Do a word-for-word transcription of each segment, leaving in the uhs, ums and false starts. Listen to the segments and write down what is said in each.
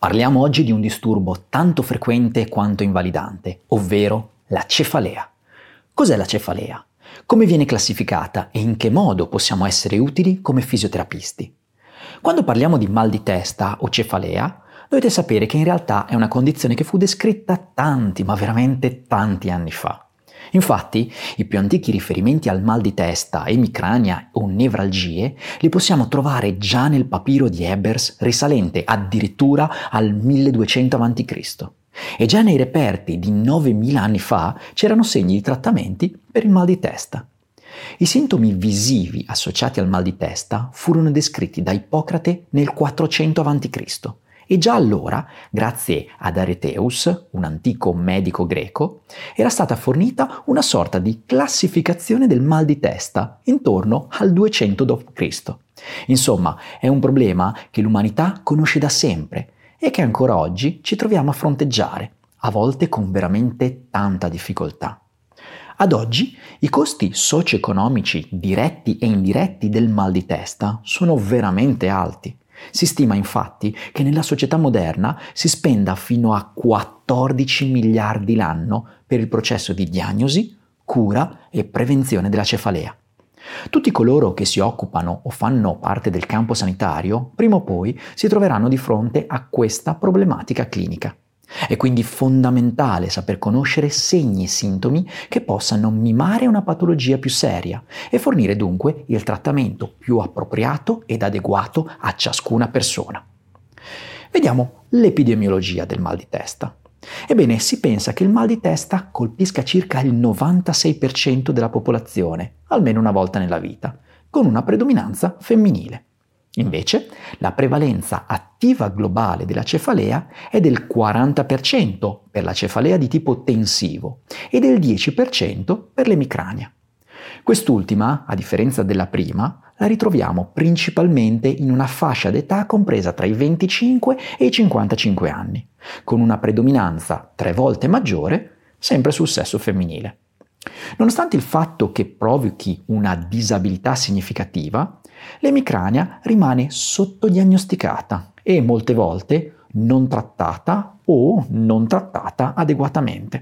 Parliamo oggi di un disturbo tanto frequente quanto invalidante, ovvero la cefalea. Cos'è la cefalea? Come viene classificata e in che modo possiamo essere utili come fisioterapisti? Quando parliamo di mal di testa o cefalea, dovete sapere che in realtà è una condizione che fu descritta tanti, ma veramente tanti anni fa. Infatti, i più antichi riferimenti al mal di testa, emicrania o nevralgie li possiamo trovare già nel papiro di Ebers risalente addirittura al milleduecento avanti Cristo E già nei reperti di novemila anni fa c'erano segni di trattamenti per il mal di testa. I sintomi visivi associati al mal di testa furono descritti da Ippocrate nel quattrocento avanti Cristo E già allora, grazie ad Areteus, un antico medico greco, era stata fornita una sorta di classificazione del mal di testa intorno al duecento dopo Cristo Insomma, è un problema che l'umanità conosce da sempre e che ancora oggi ci troviamo a fronteggiare, a volte con veramente tanta difficoltà. Ad oggi i costi socio-economici diretti e indiretti del mal di testa sono veramente alti. Si stima infatti che nella società moderna si spenda fino a quattordici miliardi l'anno per il processo di diagnosi, cura e prevenzione della cefalea. Tutti coloro che si occupano o fanno parte del campo sanitario, prima o poi si troveranno di fronte a questa problematica clinica. È quindi fondamentale saper conoscere segni e sintomi che possano mimare una patologia più seria e fornire dunque il trattamento più appropriato ed adeguato a ciascuna persona. Vediamo l'epidemiologia del mal di testa. Ebbene, si pensa che il mal di testa colpisca circa il novantasei per cento della popolazione, almeno una volta nella vita, con una predominanza femminile. Invece, la prevalenza attiva globale della cefalea è del quaranta per cento per la cefalea di tipo tensivo e del dieci per cento per l'emicrania. Quest'ultima, a differenza della prima, la ritroviamo principalmente in una fascia d'età compresa tra i venticinque e i cinquantacinque anni, con una predominanza tre volte maggiore sempre sul sesso femminile. Nonostante il fatto che provochi una disabilità significativa, l'emicrania rimane sottodiagnosticata e molte volte non trattata o non trattata adeguatamente.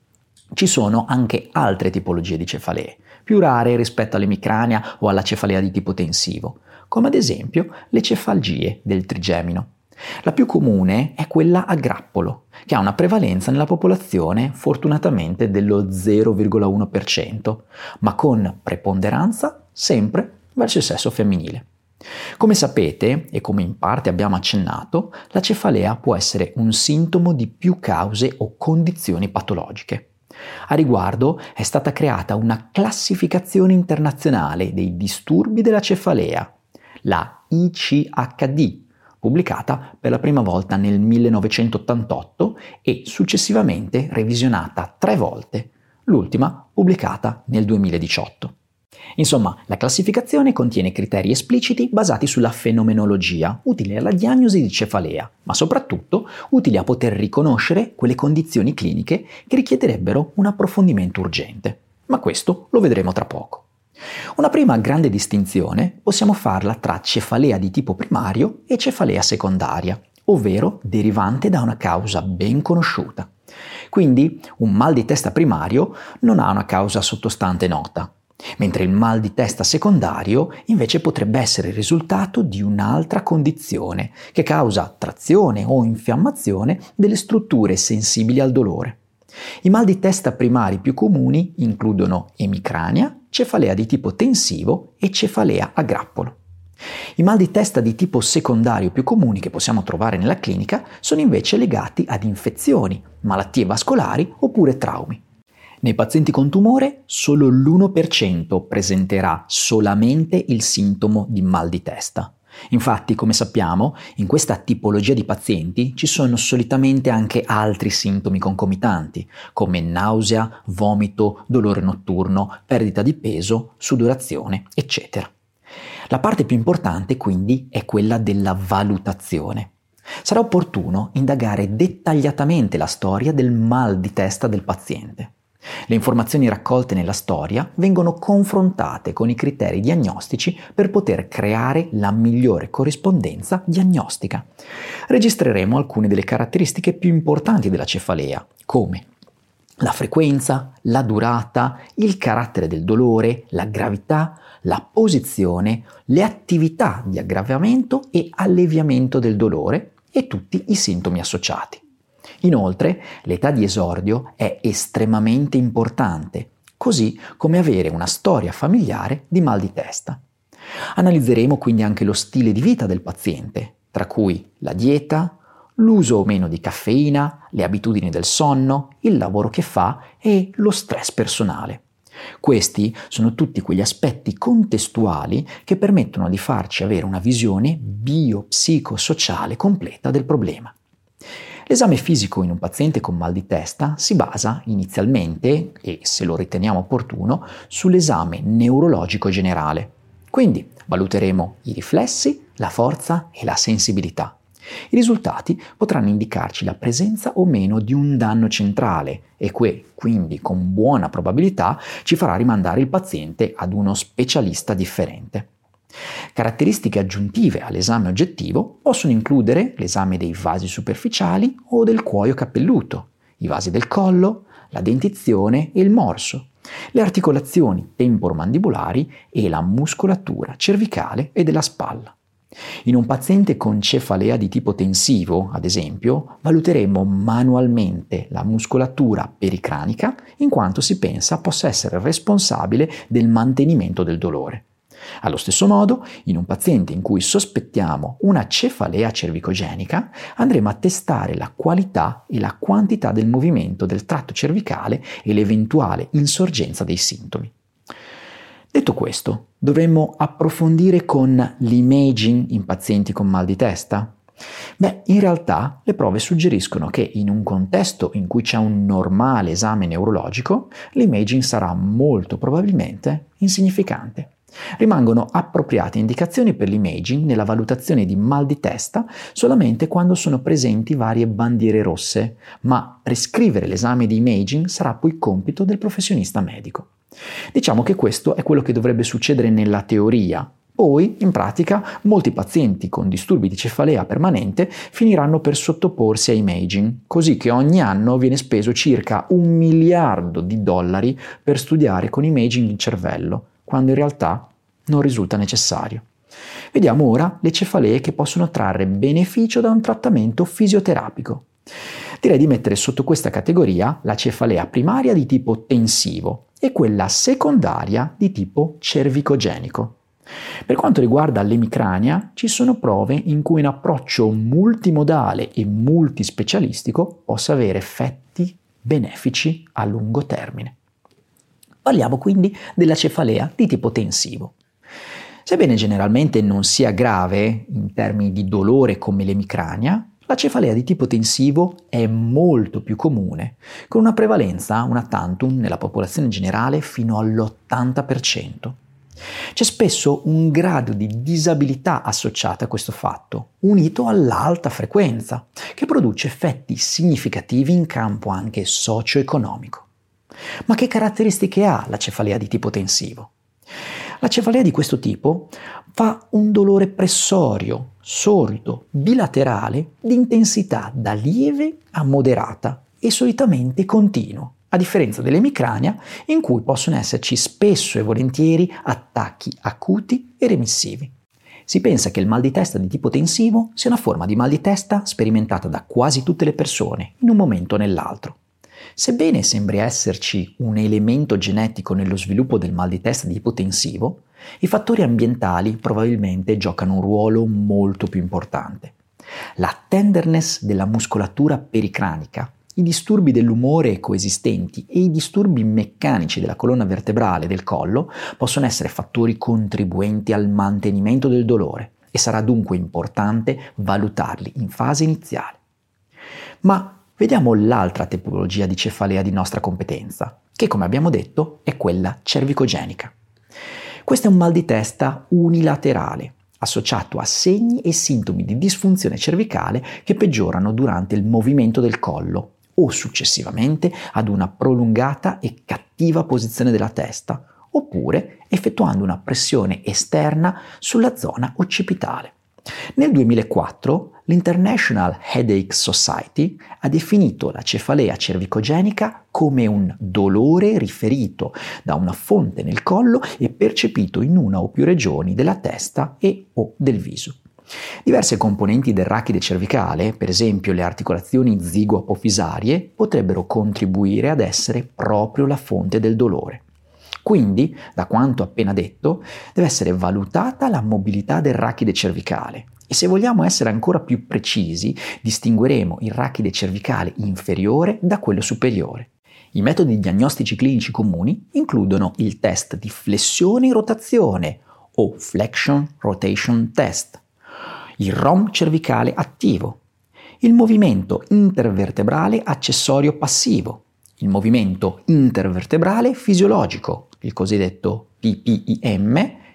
Ci sono anche altre tipologie di cefalee, più rare rispetto all'emicrania o alla cefalea di tipo tensivo, come ad esempio le cefalgie del trigemino. La più comune è quella a grappolo, che ha una prevalenza nella popolazione fortunatamente dello zero virgola uno per cento, ma con preponderanza sempre verso il sesso femminile. Come sapete, e come in parte abbiamo accennato, la cefalea può essere un sintomo di più cause o condizioni patologiche. A riguardo è stata creata una classificazione internazionale dei disturbi della cefalea, la I C H D, pubblicata per la prima volta nel millenovecentottantotto e successivamente revisionata tre volte, l'ultima pubblicata nel duemiladiciotto. Insomma, la classificazione contiene criteri espliciti basati sulla fenomenologia, utili alla diagnosi di cefalea, ma soprattutto utili a poter riconoscere quelle condizioni cliniche che richiederebbero un approfondimento urgente. Ma questo lo vedremo tra poco. Una prima grande distinzione possiamo farla tra cefalea di tipo primario e cefalea secondaria, ovvero derivante da una causa ben conosciuta. Quindi un mal di testa primario non ha una causa sottostante nota, mentre il mal di testa secondario invece potrebbe essere il risultato di un'altra condizione che causa trazione o infiammazione delle strutture sensibili al dolore. I mal di testa primari più comuni includono emicrania, cefalea di tipo tensivo e cefalea a grappolo. I mal di testa di tipo secondario più comuni che possiamo trovare nella clinica sono invece legati ad infezioni, malattie vascolari oppure traumi. Nei pazienti con tumore solo l'uno per cento presenterà solamente il sintomo di mal di testa. Infatti, come sappiamo, in questa tipologia di pazienti ci sono solitamente anche altri sintomi concomitanti, come nausea, vomito, dolore notturno, perdita di peso, sudorazione, eccetera. La parte più importante quindi è quella della valutazione. Sarà opportuno indagare dettagliatamente la storia del mal di testa del paziente. Le informazioni raccolte nella storia vengono confrontate con i criteri diagnostici per poter creare la migliore corrispondenza diagnostica. Registreremo alcune delle caratteristiche più importanti della cefalea, come la frequenza, la durata, il carattere del dolore, la gravità, la posizione, le attività di aggravamento e alleviamento del dolore e tutti i sintomi associati. Inoltre, l'età di esordio è estremamente importante, così come avere una storia familiare di mal di testa. Analizzeremo quindi anche lo stile di vita del paziente, tra cui la dieta, l'uso o meno di caffeina, le abitudini del sonno, il lavoro che fa e lo stress personale. Questi sono tutti quegli aspetti contestuali che permettono di farci avere una visione biopsicosociale completa del problema. L'esame fisico in un paziente con mal di testa si basa inizialmente, e se lo riteniamo opportuno, sull'esame neurologico generale. Quindi valuteremo i riflessi, la forza e la sensibilità. I risultati potranno indicarci la presenza o meno di un danno centrale e que, quindi con buona probabilità ci farà rimandare il paziente ad uno specialista differente. Caratteristiche aggiuntive all'esame oggettivo possono includere l'esame dei vasi superficiali o del cuoio capelluto, i vasi del collo, la dentizione e il morso, le articolazioni temporomandibolari e la muscolatura cervicale e della spalla. In un paziente con cefalea di tipo tensivo, ad esempio, valuteremo manualmente la muscolatura pericranica in quanto si pensa possa essere responsabile del mantenimento del dolore. Allo stesso modo, in un paziente in cui sospettiamo una cefalea cervicogenica, andremo a testare la qualità e la quantità del movimento del tratto cervicale e l'eventuale insorgenza dei sintomi. Detto questo, dovremmo approfondire con l'imaging in pazienti con mal di testa? Beh, in realtà le prove suggeriscono che in un contesto in cui c'è un normale esame neurologico, l'imaging sarà molto probabilmente insignificante. Rimangono appropriate indicazioni per l'imaging nella valutazione di mal di testa solamente quando sono presenti varie bandiere rosse, ma prescrivere l'esame di imaging sarà poi compito del professionista medico. Diciamo che questo è quello che dovrebbe succedere nella teoria. Poi, in pratica, molti pazienti con disturbi di cefalea permanente finiranno per sottoporsi a imaging, così che ogni anno viene speso circa un miliardo di dollari per studiare con imaging il cervello, quando in realtà non risulta necessario. Vediamo ora le cefalee che possono trarre beneficio da un trattamento fisioterapico. Direi di mettere sotto questa categoria la cefalea primaria di tipo tensivo e quella secondaria di tipo cervicogenico. Per quanto riguarda l'emicrania, ci sono prove in cui un approccio multimodale e multispecialistico possa avere effetti benefici a lungo termine. Parliamo quindi della cefalea di tipo tensivo. Sebbene generalmente non sia grave in termini di dolore come l'emicrania, la cefalea di tipo tensivo è molto più comune, con una prevalenza una tantum nella popolazione generale fino all'ottanta per cento. C'è spesso un grado di disabilità associato a questo fatto, unito all'alta frequenza, che produce effetti significativi in campo anche socio-economico. Ma che caratteristiche ha la cefalea di tipo tensivo? La cefalea di questo tipo fa un dolore pressorio, sordo, bilaterale, di intensità da lieve a moderata e solitamente continuo, a differenza dell'emicrania in cui possono esserci spesso e volentieri attacchi acuti e remissivi. Si pensa che il mal di testa di tipo tensivo sia una forma di mal di testa sperimentata da quasi tutte le persone in un momento o nell'altro. Sebbene sembri esserci un elemento genetico nello sviluppo del mal di testa di tipo tensivo, i fattori ambientali probabilmente giocano un ruolo molto più importante. La tenderness della muscolatura pericranica, i disturbi dell'umore coesistenti e i disturbi meccanici della colonna vertebrale del collo possono essere fattori contribuenti al mantenimento del dolore e sarà dunque importante valutarli in fase iniziale. Ma vediamo l'altra tipologia di cefalea di nostra competenza, che come abbiamo detto è quella cervicogenica. Questo è un mal di testa unilaterale, associato a segni e sintomi di disfunzione cervicale che peggiorano durante il movimento del collo o successivamente ad una prolungata e cattiva posizione della testa, oppure effettuando una pressione esterna sulla zona occipitale. Nel duemilaquattro l'International Headache Society ha definito la cefalea cervicogenica come un dolore riferito da una fonte nel collo e percepito in una o più regioni della testa e o del viso. Diverse componenti del rachide cervicale, per esempio le articolazioni zigoapofisarie, potrebbero contribuire ad essere proprio la fonte del dolore. Quindi, da quanto appena detto, deve essere valutata la mobilità del rachide cervicale e se vogliamo essere ancora più precisi, distingueremo il rachide cervicale inferiore da quello superiore. I metodi diagnostici clinici comuni includono il test di flessione-rotazione o Flexion Rotation Test, il R O M cervicale attivo, il movimento intervertebrale accessorio passivo, il movimento intervertebrale fisiologico, il cosiddetto P P I M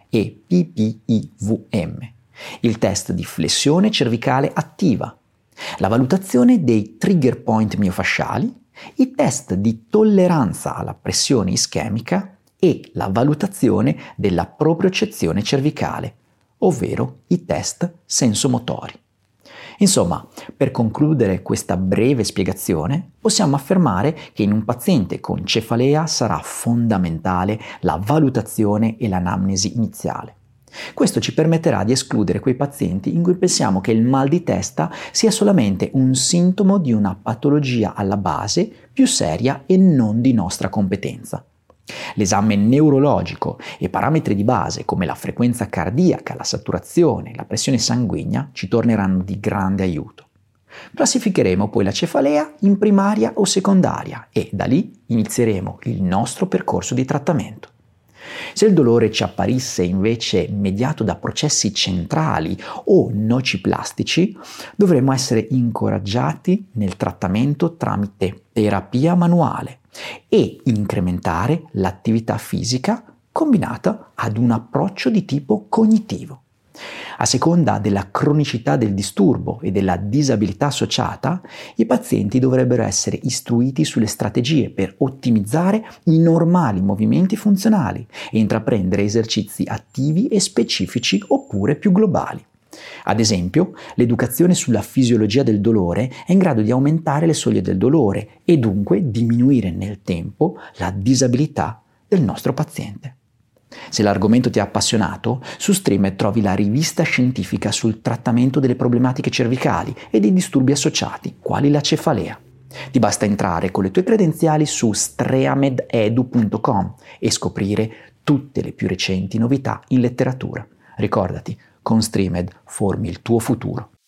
e P P I V M, il test di flessione cervicale attiva, la valutazione dei trigger point miofasciali, i test di tolleranza alla pressione ischemica e la valutazione della propriocezione cervicale, ovvero i test sensomotori. Insomma, per concludere questa breve spiegazione, possiamo affermare che in un paziente con cefalea sarà fondamentale la valutazione e l'anamnesi iniziale. Questo ci permetterà di escludere quei pazienti in cui pensiamo che il mal di testa sia solamente un sintomo di una patologia alla base più seria e non di nostra competenza. L'esame neurologico e parametri di base come la frequenza cardiaca, la saturazione, la pressione sanguigna ci torneranno di grande aiuto. Classificheremo poi la cefalea in primaria o secondaria e da lì inizieremo il nostro percorso di trattamento. Se il dolore ci apparisse invece mediato da processi centrali o nociplastici, dovremo essere incoraggiati nel trattamento tramite terapia manuale e incrementare l'attività fisica combinata ad un approccio di tipo cognitivo. A seconda della cronicità del disturbo e della disabilità associata, i pazienti dovrebbero essere istruiti sulle strategie per ottimizzare i normali movimenti funzionali e intraprendere esercizi attivi e specifici oppure più globali. Ad esempio, l'educazione sulla fisiologia del dolore è in grado di aumentare le soglie del dolore e dunque diminuire nel tempo la disabilità del nostro paziente. Se l'argomento ti ha appassionato, su Streamed trovi la rivista scientifica sul trattamento delle problematiche cervicali e dei disturbi associati, quali la cefalea. Ti basta entrare con le tue credenziali su streamed edu punto com e scoprire tutte le più recenti novità in letteratura. Ricordati, con Streamed formi il tuo futuro.